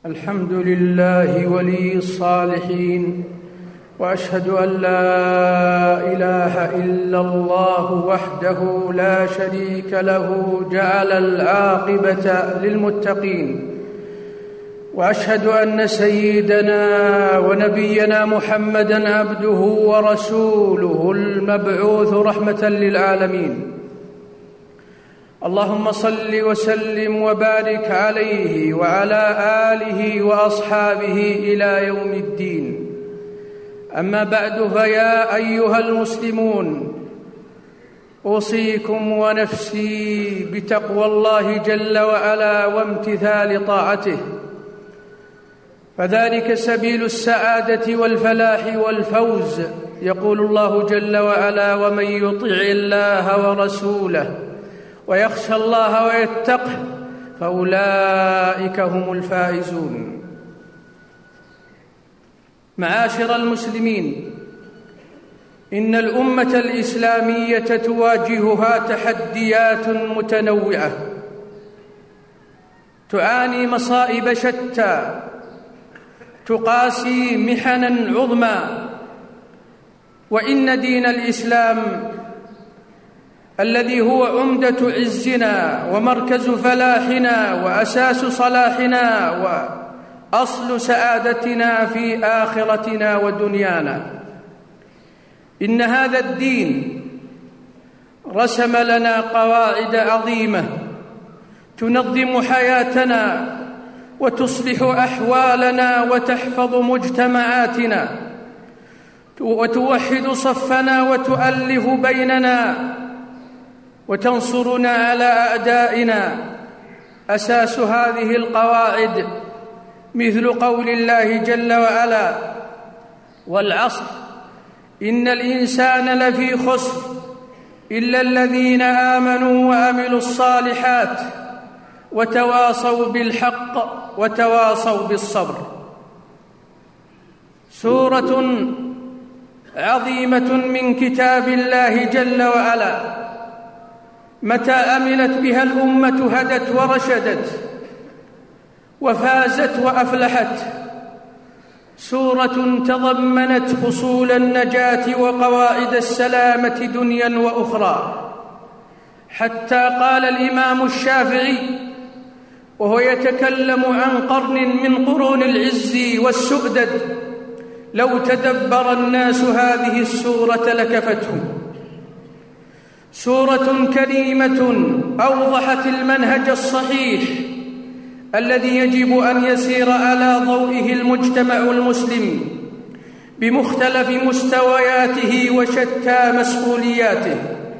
الحمد لله ولي الصالحين، وأشهد أن لا إله إلا الله وحده لا شريك له جعل العاقبة للمتقين، وأشهد أن سيدنا ونبينا محمدًا عبده ورسوله المبعوث رحمة للعالمين. اللهم صل وسلم وبارك عليه وعلى آله وأصحابه إلى يوم الدين. أما بعد، فيا أيها المسلمون، أوصيكم ونفسي بتقوى الله جل وعلا وامتثال طاعته، فذلك سبيل السعادة والفلاح والفوز. يقول الله جل وعلا: ومن يطع الله ورسوله ويخشى الله ويتقه فأولئك هم الفائزون. معاشر المسلمين، إن الأمة الإسلامية تواجهها تحديات متنوعة، تعاني مصائب شتى، تقاسي محناً عظمى. وإن دين الإسلام الذي هو عمدة عزنا ومركز فلاحنا وأساس صلاحنا وأصل سعادتنا في آخرتنا ودنيانا، إن هذا الدين رسم لنا قواعد عظيمة تنظم حياتنا وتصلح أحوالنا وتحفظ مجتمعاتنا وتوحد صفنا وتؤلف بيننا وتنصرنا على أعدائنا. أساس هذه القواعد مثل قول الله جل وعلا: والعصر إن الإنسان لفي خسر إلا الذين آمنوا وعملوا الصالحات وتواصوا بالحق وتواصوا بالصبر. سورة عظيمة من كتاب الله جل وعلا، متى أملت بها الأمة هدت ورشدت وفازت وأفلحت. سورة تضمنت فصول النجاة وقواعد السلامة دنيا وأخرى، حتى قال الإمام الشافعي وهو يتكلم عن قرن من قرون العز والسؤدد: لو تدبر الناس هذه السورة لكفتهم. سورة كريمة أوضحت المنهج الصحيح الذي يجب أن يسير على ضوئه المجتمع المسلم بمختلف مستوياته وشتى مسؤولياته،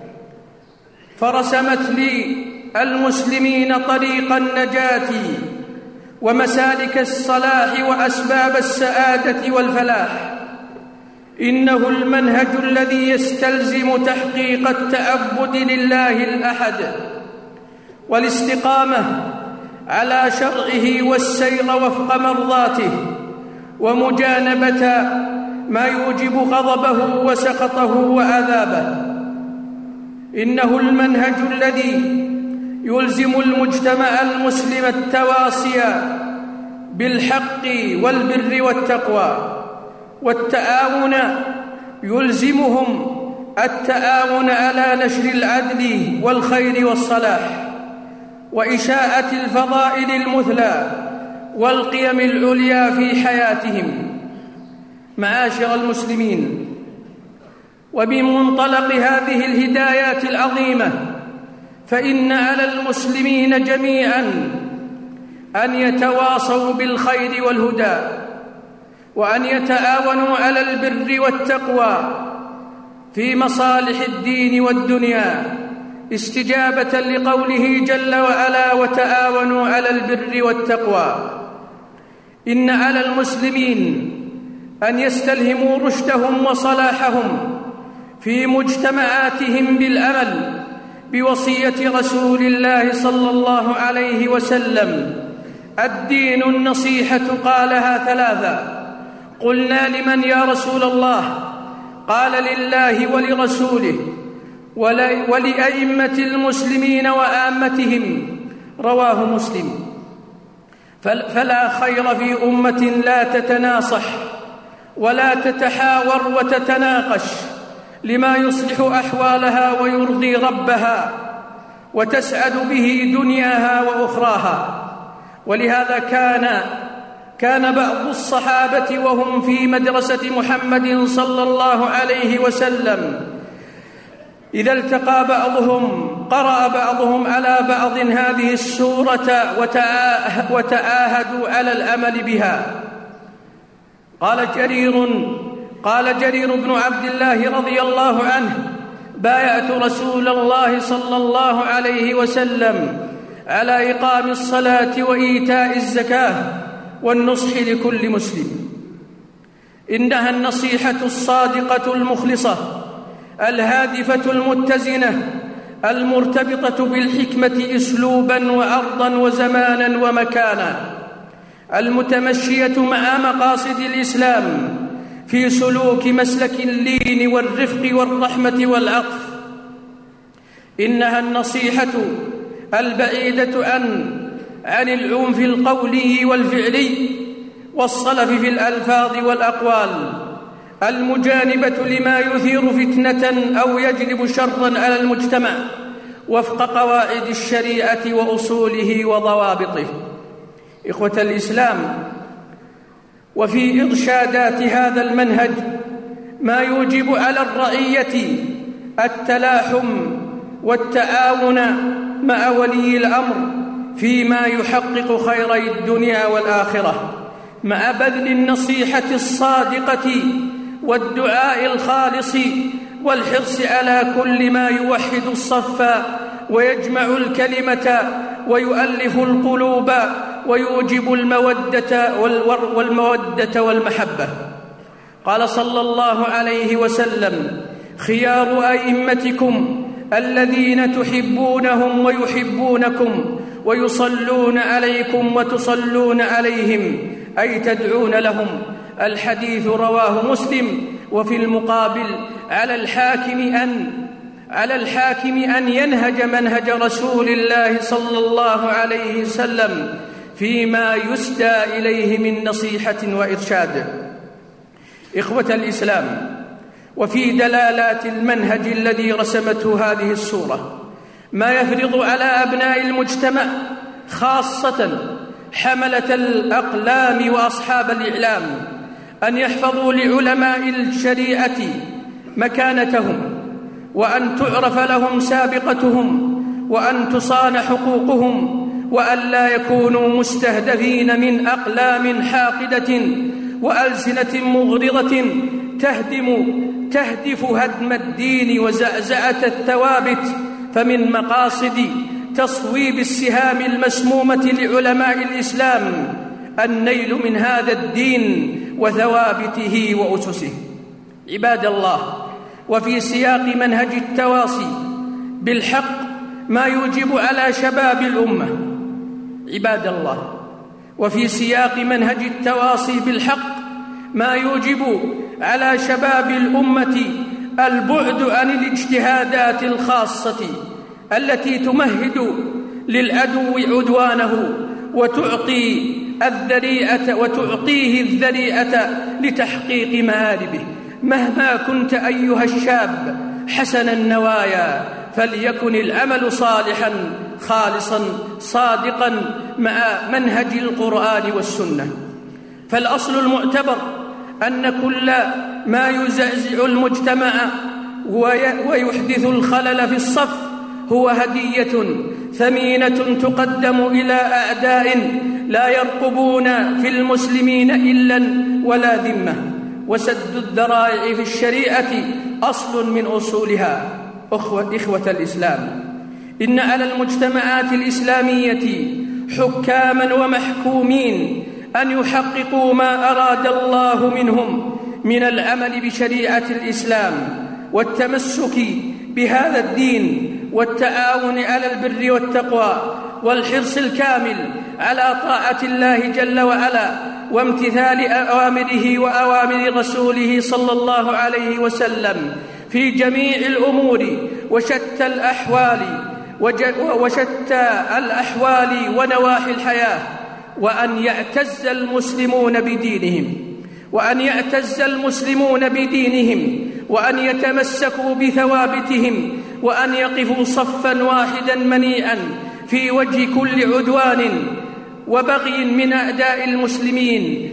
فرسمت للمسلمين طريق النجاة ومسالك الصلاح وأسباب السعادة والفلاح. إنه المنهج الذي يستلزم تحقيق التعبد لله الأحد والاستقامة على شرعه والسير وفق مرضاته ومجانبة ما يوجب غضبه وسخطه وعذابه. إنه المنهج الذي يلزم المجتمع المسلم التواصي بالحق والبر والتقوى، والتعاون يلزمهم التعاون على نشر العدل والخير والصلاح وإشاعة الفضائل المثلى والقيم العليا في حياتهم. معاشر المسلمين، وبمنطلق هذه الهدايات العظيمة، فإن على المسلمين جميعاً أن يتواصوا بالخير والهدى، وأن يتعاونوا على البر والتقوى في مصالح الدين والدنيا، استجابة لقوله جل وعلا: وتعاونوا على البر والتقوى. إن على المسلمين أن يستلهموا رشدهم وصلاحهم في مجتمعاتهم بالعمل بوصية رسول الله صلى الله عليه وسلم: الدين النصيحة. قالها ثلاثة. قلنا: لمن يا رسول الله؟ قال: لله ولرسوله ولأئمة المسلمين وآمتهم. رواه مسلم. فلا خير في أمة لا تتناصح ولا تتحاور وتتناقش لما يصلح أحوالها ويرضي ربها وتسعد به دنياها وأخراها. ولهذا كان بعض الصحابة وهم في مدرسة محمد صلى الله عليه وسلم إذا التقى بعضهم قرأ بعضهم على بعض هذه السورة وتعاهدوا على العمل بها. قال جرير بن عبد الله رضي الله عنه: بايعت رسول الله صلى الله عليه وسلم على إقام الصلاة وإيتاء الزكاة والنصح لكل مسلم. إنها النصيحة الصادقة المخلصة الهادفة المتزنة المرتبطة بالحكمة أسلوبا وعرضا وزمانا ومكانا، المتمشية مع مقاصد الإسلام في سلوك مسلك اللين والرفق والرحمة والعطف. إنها النصيحة البعيدة عن العنف القولي والفعلي والصلف في الألفاظ والأقوال، المجانبة لما يثير فتنة أو يجلب شرا على المجتمع وفق قواعد الشريعة وأصوله وضوابطه. إخوة الإسلام، وفي إرشادات هذا المنهج ما يوجب على الرعية التلاحم والتعاون مع ولي الأمر فيما يحقق خيري الدنيا والآخرة، مع بذل النصيحة الصادقة والدعاء الخالص والحرص على كل ما يوحد الصف ويجمع الكلمة ويؤلف القلوب ويوجب المودة والمحبة. قال صلى الله عليه وسلم: خيار أئمتكم الذين تحبونهم ويحبونكم ويصلون عليكم وتصلون عليهم، أي تدعون لهم. الحديث رواه مسلم. وفي المقابل على الحاكم أن ينهج منهج رسول الله صلى الله عليه وسلم فيما يسدى إليه من نصيحة وإرشاد. إخوة الإسلام، وفي دلالات المنهج الذي رسمته هذه السورة ما يفرض على أبناء المجتمع خاصة حملة الأقلام وأصحاب الإعلام أن يحفظوا لعلماء الشريعة مكانتهم، وأن تعرف لهم سابقتهم، وأن تصان حقوقهم، وأن لا يكونوا مستهدفين من أقلام حاقدة وألسنة مغرضة تهدف هدم الدين وزعزعة الثوابت. فمن مقاصد تصويب السهام المسمومة لعلماء الإسلام النيل من هذا الدين وثوابته وأسسه. عباد الله، وفي سياق منهج التواصي بالحق ما يوجب على شباب الأمة عباد الله وفي سياق منهج التواصي بالحق ما يوجب على شباب الأمة البعد عن الاجتهادات الخاصة التي تمهد للعدو عدوانه وتعطيه الذريعة لتحقيق مآربه. مهما كنت أيها الشاب حسن النوايا فليكن العمل صالحا خالصا صادقا مع منهج القرآن والسنة. فالأصل المعتبر أن كل ما يزعزع المجتمع ويحدث الخلل في الصف هو هدية ثمينة تقدم إلى أعداء لا يرقبون في المسلمين إلا ولا ذمة. وسد الذرائع في الشريعة أصل من أصولها. إخوة الإسلام، إن على المجتمعات الإسلامية حكاما ومحكومين أن يحققوا ما أراد الله منهم من العمل بشريعة الإسلام والتمسك بهذا الدين والتعاون على البر والتقوى والحرص الكامل على طاعة الله جل وعلا وامتثال أوامره وأوامر رسوله صلى الله عليه وسلم في جميع الأمور وشتى الأحوال ونواحي الحياة. وأن يعتز المسلمون بدينهم وأن يتمسكوا بثوابتهم وأن يقفوا صفا واحدا منيعا في وجه كل عدوان وبغي من أعداء المسلمين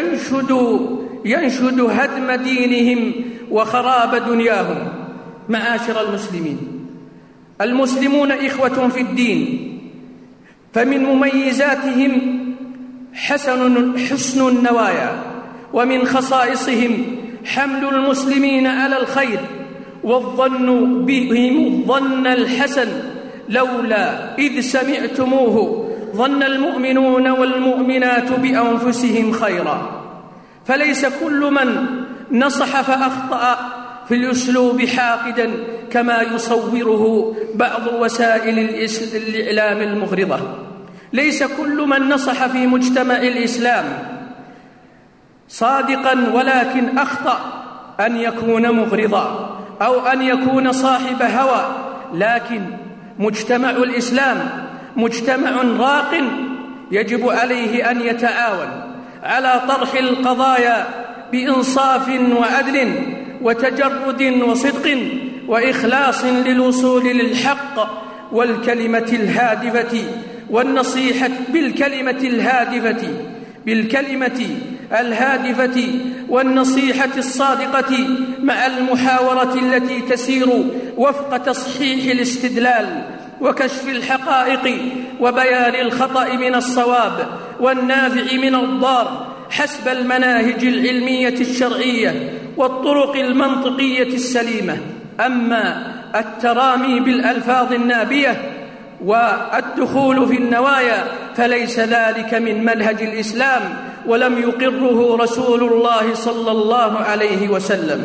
ينشد هدم دينهم وخراب دنياهم. معاشر المسلمون إخوة في الدين، فمن مميزاتهم حسن النوايا، ومن خصائصهم حمل المسلمين على الخير والظن بهم الظن الحسن، لولا إذ سمعتموه ظن المؤمنون والمؤمنات بأنفسهم خيرا. فليس كل من نصح فأخطأ في الأسلوب حاقدا كما يصوره بعض وسائل الإعلام المغرضة. ليس كل من نصح في مجتمع الإسلام صادقا، ولكن أخطأ أن يكون مغرضا أو أن يكون صاحب هوى. لكن مجتمع الإسلام مجتمع راق، يجب عليه أن يتعاون على طرح القضايا بإنصاف وعدل وتجرد وصدق وإخلاص للوصول للحق والكلمة الهادفة والنصيحة بالكلمة الهادفة والنصيحة الصادقة، مع المحاورة التي تسير وفق تصحيح الاستدلال وكشف الحقائق وبيان الخطأ من الصواب والنافع من الضار حسب المناهج العلمية الشرعية والطرق المنطقية السليمة. أما الترامي بالألفاظ النابية والدخول في النوايا فليس ذلك من منهج الإسلام، ولم يقره رسول الله صلى الله عليه وسلم.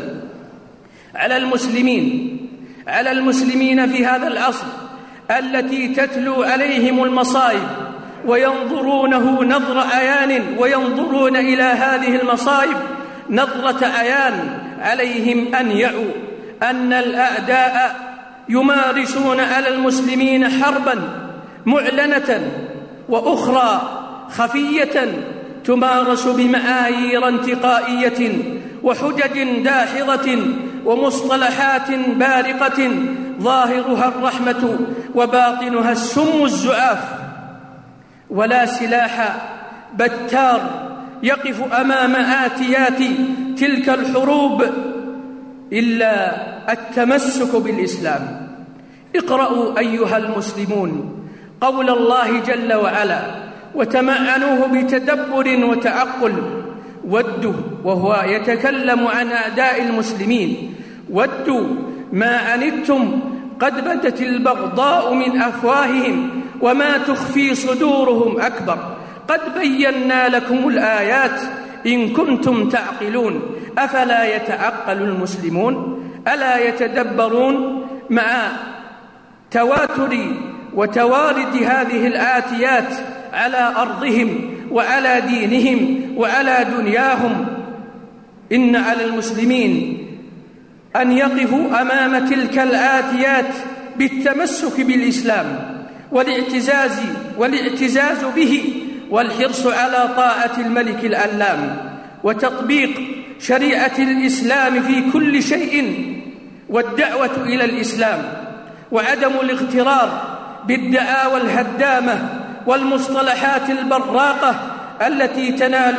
على المسلمين في هذا العصر التي تتلو عليهم المصائب وينظرونه نظر عيان، وينظرون إلى هذه المصائب نظرة عيان، عليهم أن يعوا أن الأعداء يمارسون على المسلمين حربا معلنة وأخرى خفية تمارس بمعايير انتقائية وحجج داحضة ومصطلحات بارقة ظاهرها الرحمة وباطنها السم الزعاف. ولا سلاح بتار يقف أمام آتيات تلك الحروب إلا التمسك بالإسلام. اقرأوا أيها المسلمون قول الله جل وعلا وتمعنوه بتدبر وتعقل. ودوا، وهو يتكلم عن أعداء المسلمين، ودوا ما عنتم قد بدت البغضاء من أفواههم وما تخفي صدورهم أكبر، قد بينا لكم الآيات إن كنتم تعقلون. أفلا يتعقل المسلمون؟ ألا يتدبرون مع تواتر وتوارد هذه الآتيات على أرضهم وعلى دينهم وعلى دنياهم؟ إن على المسلمين أن يقفوا أمام تلك الآتيات بالتمسك بالإسلام والاعتزاز به، والحرص على طاعة الملك العلام وتطبيق شريعة الإسلام في كل شيء، والدعوة إلى الإسلام، وعدم الاغترار بالدعاوى الهدامة والمصطلحات البراقة التي تنال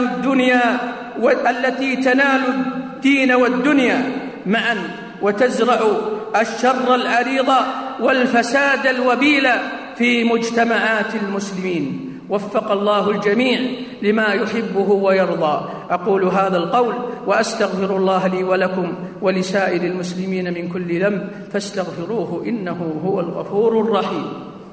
الدين والدنيا معا، وتزرع الشر العريض والفساد الوبيل في مجتمعات المسلمين. وفق الله الجميع لما يحبه ويرضى. أقول هذا القول وأستغفر الله لي ولكم ولسائر المسلمين من كل ذنب فاستغفروه إنه هو الغفور الرحيم.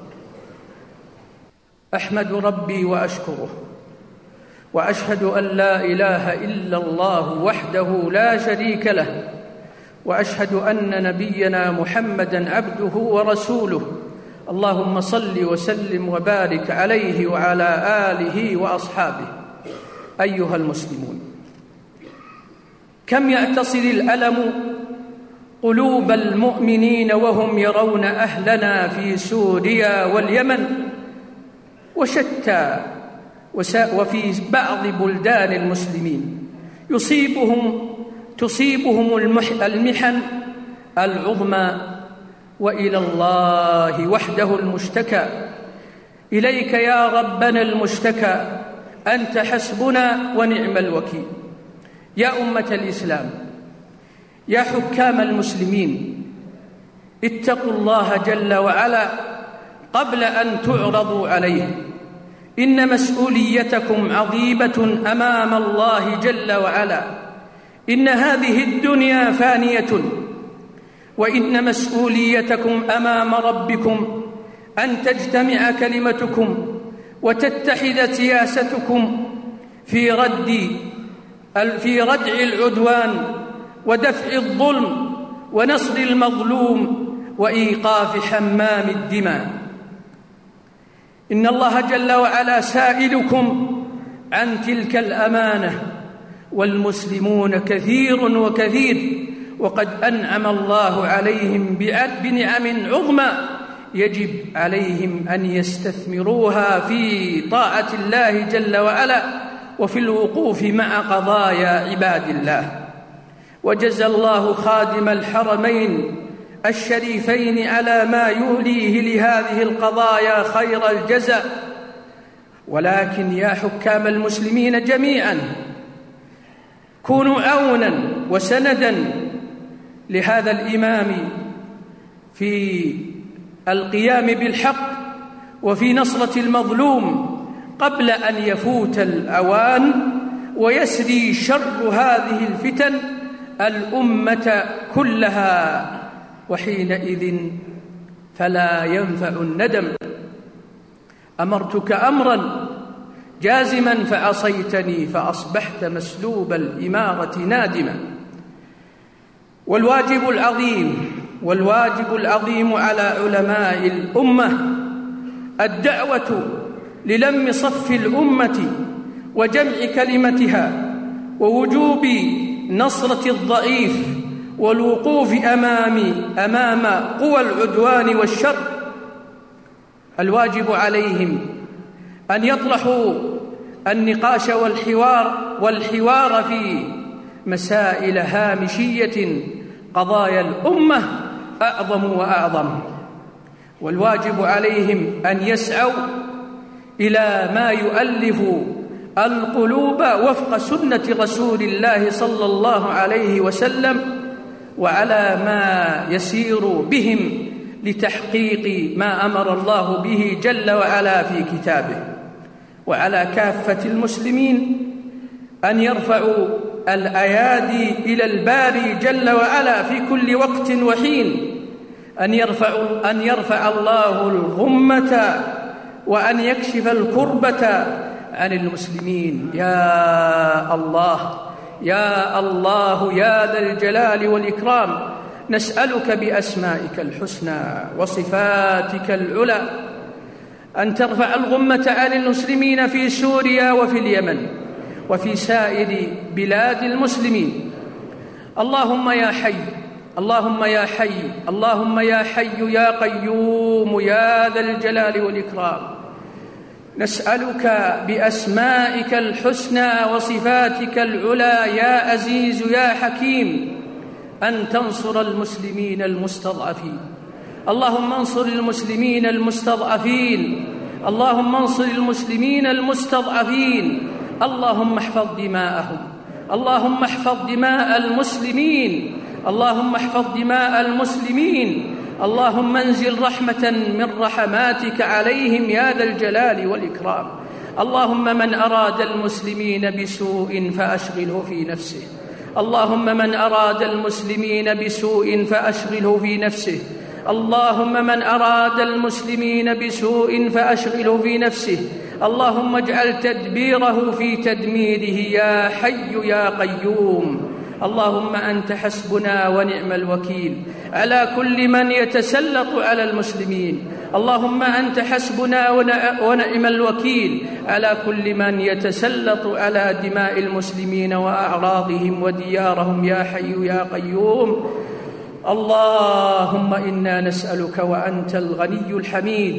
أحمد ربي وأشكره، وأشهد أن لا إله إلا الله وحده لا شريك له، وأشهد أن نبينا محمدًا عبده ورسوله. اللهم صل وسلم وبارك عليه وعلى آله وأصحابه. أيها المسلمون، كم يعتصر الألم قلوب المؤمنين وهم يرون أهلنا في سوريا واليمن وشتى وفي بعض بلدان المسلمين تصيبهم المحن العظمى، وإلى الله وحده المشتكى. إليك يا ربنا المشتكى، أنت حسبنا ونعم الوكيل. يا أمة الإسلام، يا حكام المسلمين، اتقوا الله جل وعلا قبل أن تعرضوا عليه. إن مسؤوليتكم عظيمة أمام الله جل وعلا. إن هذه الدنيا فانية، وإن مسؤوليتكم أمام ربكم أن تجتمع كلمتكم وتتحد سياستكم في ردع العدوان ودفع الظلم ونصر المظلوم وإيقاف حمام الدماء. إن الله جل وعلا سائلكم عن تلك الأمانة، والمسلمون كثير وكثير، وقد أنعم الله عليهم بنعم عظمى يجب عليهم أن يستثمروها في طاعة الله جل وعلا وفي الوقوف مع قضايا عباد الله. وجزى الله خادم الحرمين الشريفين على ما يوليه لهذه القضايا خير الجزاء. ولكن يا حكام المسلمين جميعا، كونوا عونا وسندا لهذا الإمام في القيام بالحق وفي نصرة المظلوم قبل أن يفوت الأوان ويسري شر هذه الفتن الأمة كلها، وحينئذ فلا ينفع الندم. أمرتك أمرا جازما فعصيتني فأصبحت مسلوب الإمارة نادما. والواجب العظيم على علماء الأمة الدعوة للم صف الأمة وجمع كلمتها ووجوب نصرة الضعيف والوقوف أمام قوى العدوان والشر. الواجب عليهم أن يطرحوا النقاش والحوار في مسائل هامشية قضايا الأمة أعظم وأعظم. والواجب عليهم أن يسعوا إلى ما يؤلف القلوب وفق سنة رسول الله صلى الله عليه وسلم، وعلى ما يسير بهم لتحقيق ما أمر الله به جل وعلا في كتابه. وعلى كافة المسلمين أن يرفعوا الأيادي إلى الباري جل وعلا في كل وقت وحين، أن يرفع الله الغمة وأن يكشف الكربة عن المسلمين. يا الله يا الله يا ذا الجلال والإكرام، نسألك بأسمائك الحسنى وصفاتك العلى أن ترفع الغمة عن المسلمين في سوريا وفي اليمن وفي سائر بلاد المسلمين. اللهم يا حي، اللهم يا حي، اللهم يا حي يا قيوم يا ذا الجلال والإكرام، نسألك بأسمائك الحسنى وصفاتك العلى يا عزيز يا حكيم أن تنصر المسلمين المستضعفين. اللهم انصر المسلمين المستضعفين، اللهم انصر المسلمين المستضعفين، اللهم احفظ دماءهم، اللهم احفظ دماء المسلمين، اللهم احفظ دماء المسلمين، اللهم انزل رحمة من رحماتك عليهم يا ذا الجلال والإكرام. اللهم من أراد المسلمين بسوء فأشغله في نفسه، اللهم من أراد المسلمين بسوء فأشغله في نفسه، اللهم من أراد المسلمين بسوء فأشغله في نفسه، اللهم اجعل تدبيره في تدميره يا حي يا قيوم. اللهم أنت حسبنا ونعم الوكيل على كل من يتسلط على المسلمين. اللهم أنت حسبنا ونعم الوكيل على كل من يتسلط على دماء المسلمين وأعراضهم وديارهم يا حي يا قيوم. اللهم إنا نسألك وأنت الغني الحميد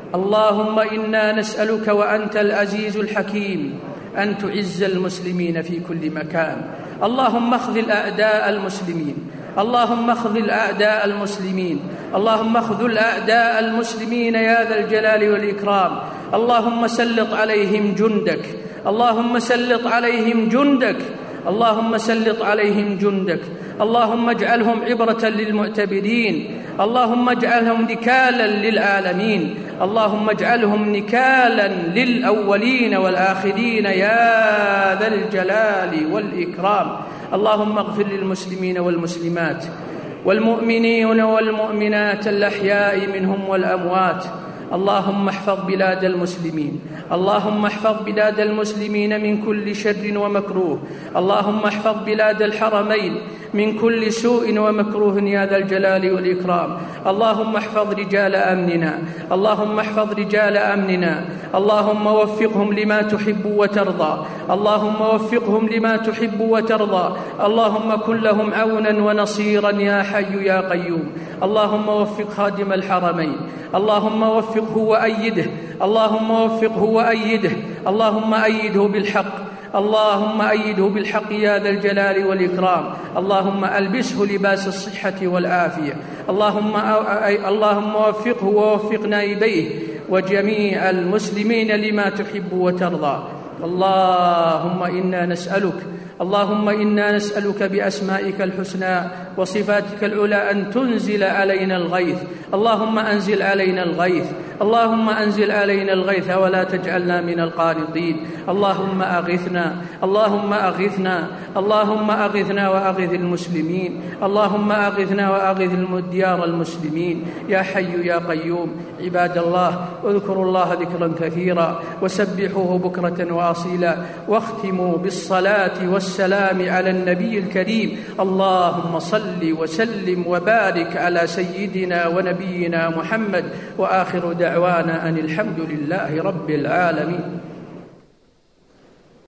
اللهم إنا نسألك وأنت العزيز الحكيم أن تعز المسلمين في كل مكان. اللهم اخذل أعداء المسلمين، اللهم اخذل أعداء المسلمين، اللهم اخذل أعداء المسلمين يا ذا الجلال والإكرام. اللهم سلط عليهم جندك، اللهم سلط عليهم جندك، اللهم سلط عليهم جندك. اللهم اجعلهم عبرة للمعتبرين، اللهم اجعلهم نكالا للعالمين، اللهم اجعلهم نكالا للأولين والآخرين يا ذا الجلال والإكرام. اللهم اغفر للمسلمين والمسلمات والمؤمنين والمؤمنات الأحياء منهم والأموات. اللهم احفظ بلاد المسلمين، اللهم احفظ بلاد المسلمين من كل شر ومكروه، اللهم احفظ بلاد الحرمين من كل سوء ومكروه يا ذا الجلال والإكرام. اللهم احفظ رجال أمننا، اللهم احفظ رجال أمننا، اللهم وفقهم لما تحب وترضى، اللهم وفقهم لما تحب وترضى، اللهم كن لهم عونا ونصيرا يا حي يا قيوم. اللهم وفق خادم الحرمين، اللهم وفقه وأيده، اللهم وفقه وأيده، اللهم أيده بالحق، اللهم أيده بالحق يا ذا الجلال والإكرام. اللهم ألبسه لباس الصحة والعافية، اللهم وفقه ووفق نائبيه وجميع المسلمين لما تحب وترضى. اللهم إنا نسألك بأسمائك الحسنى وصفاتك العلى أن تنزل علينا الغيث. اللهم أنزل علينا الغيث، اللهم أنزل علينا الغيث ولا تجعلنا من القانطين. اللهم أغثنا، اللهم أغثنا، اللهم أغثنا وأغث المسلمين، اللهم أغثنا وأغث ديار المسلمين يا حي يا قيوم. عباد الله، اذكروا الله ذكرا كثيرا وسبحوه بكرة وأصيلا، واختموا بالصلاة والسلام على النبي الكريم. اللهم صل وسلم وبارك على سيدنا ونبينا محمد، وآخر دعوانا أن الحمد لله رب العالمين.